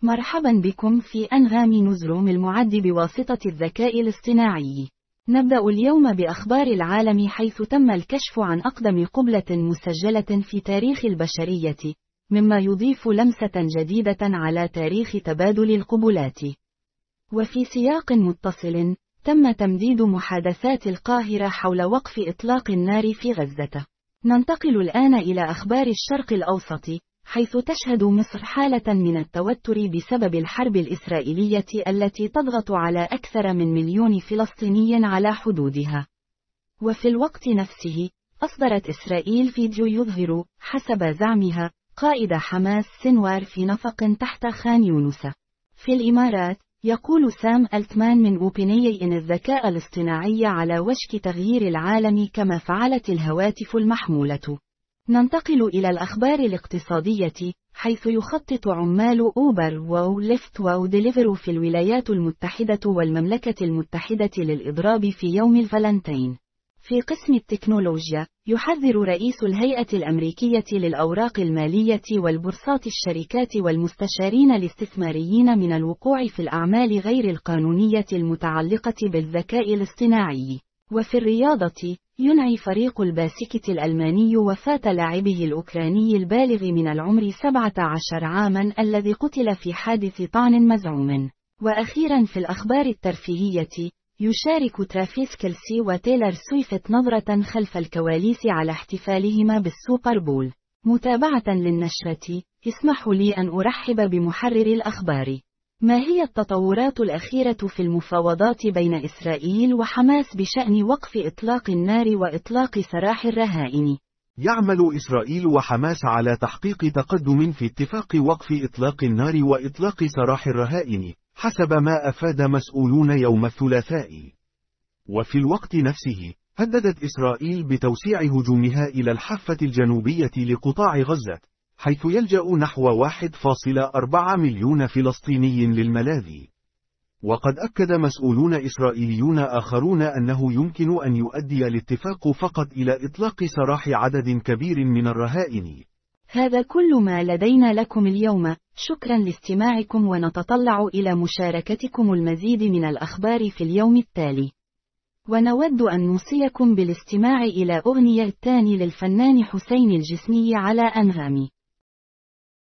مرحبا بكم في أنغام نزروم المعد بواسطة الذكاء الاصطناعي. نبدأ اليوم بأخبار العالم، حيث تم الكشف عن أقدم قبلة مسجلة في تاريخ البشرية، مما يضيف لمسة جديدة على تاريخ تبادل القبلات. وفي سياق متصل، تم تمديد محادثات القاهرة حول وقف إطلاق النار في غزة. ننتقل الآن إلى أخبار الشرق الأوسط، حيث تشهد مصر حالة من التوتر بسبب الحرب الإسرائيلية التي تضغط على أكثر من 1,000,000 فلسطيني على حدودها. وفي الوقت نفسه، أصدرت إسرائيل فيديو يظهر، حسب زعمها، قائد حماس سنوار في نفق تحت خان يونس. في الإمارات، يقول سام ألتمان من أوبناي إن الذكاء الاصطناعي على وشك تغيير العالم كما فعلت الهواتف المحمولة. ننتقل إلى الأخبار الاقتصادية، حيث يخطط عمال أوبر وليفت وديليفرو في الولايات المتحدة والمملكة المتحدة للإضراب في يوم الفالنتين. في قسم التكنولوجيا، يحذر رئيس الهيئة الأمريكية للأوراق المالية والبورصات الشركات والمستشارين الاستثماريين من الوقوع في الأعمال غير القانونية المتعلقة بالذكاء الاصطناعي. وفي الرياضة، ينعي فريق الباسكت الألماني وفاة لاعبه الأوكراني البالغ من العمر 17 عاما الذي قتل في حادث طعن مزعوم. وأخيرا في الأخبار الترفيهية، يشارك ترافيس كيلسي وتايلر سويفت نظرة خلف الكواليس على احتفالهما بالسوبر بول. متابعة للنشرة، اسمحوا لي أن أرحب بمحرر الأخبار. ما هي التطورات الأخيرة في المفاوضات بين إسرائيل وحماس بشأن وقف إطلاق النار وإطلاق سراح الرهائن؟ يعمل إسرائيل وحماس على تحقيق تقدم في اتفاق وقف إطلاق النار وإطلاق سراح الرهائن، حسب ما أفاد مسؤولون يوم الثلاثاء. وفي الوقت نفسه، هددت إسرائيل بتوسيع هجومها إلى الحافة الجنوبية لقطاع غزة، حيث يلجأ نحو 1.4 مليون فلسطيني للملاذ. وقد أكد مسؤولون إسرائيليون آخرون أنه يمكن أن يؤدي الاتفاق فقط إلى إطلاق سراح عدد كبير من الرهائن. هذا كل ما لدينا لكم اليوم، شكرا لاستماعكم، ونتطلع إلى مشاركتكم المزيد من الأخبار في اليوم التالي. ونود أن نوصيكم بالاستماع إلى أغنية تاني للفنان حسين الجسمي على أنغامي.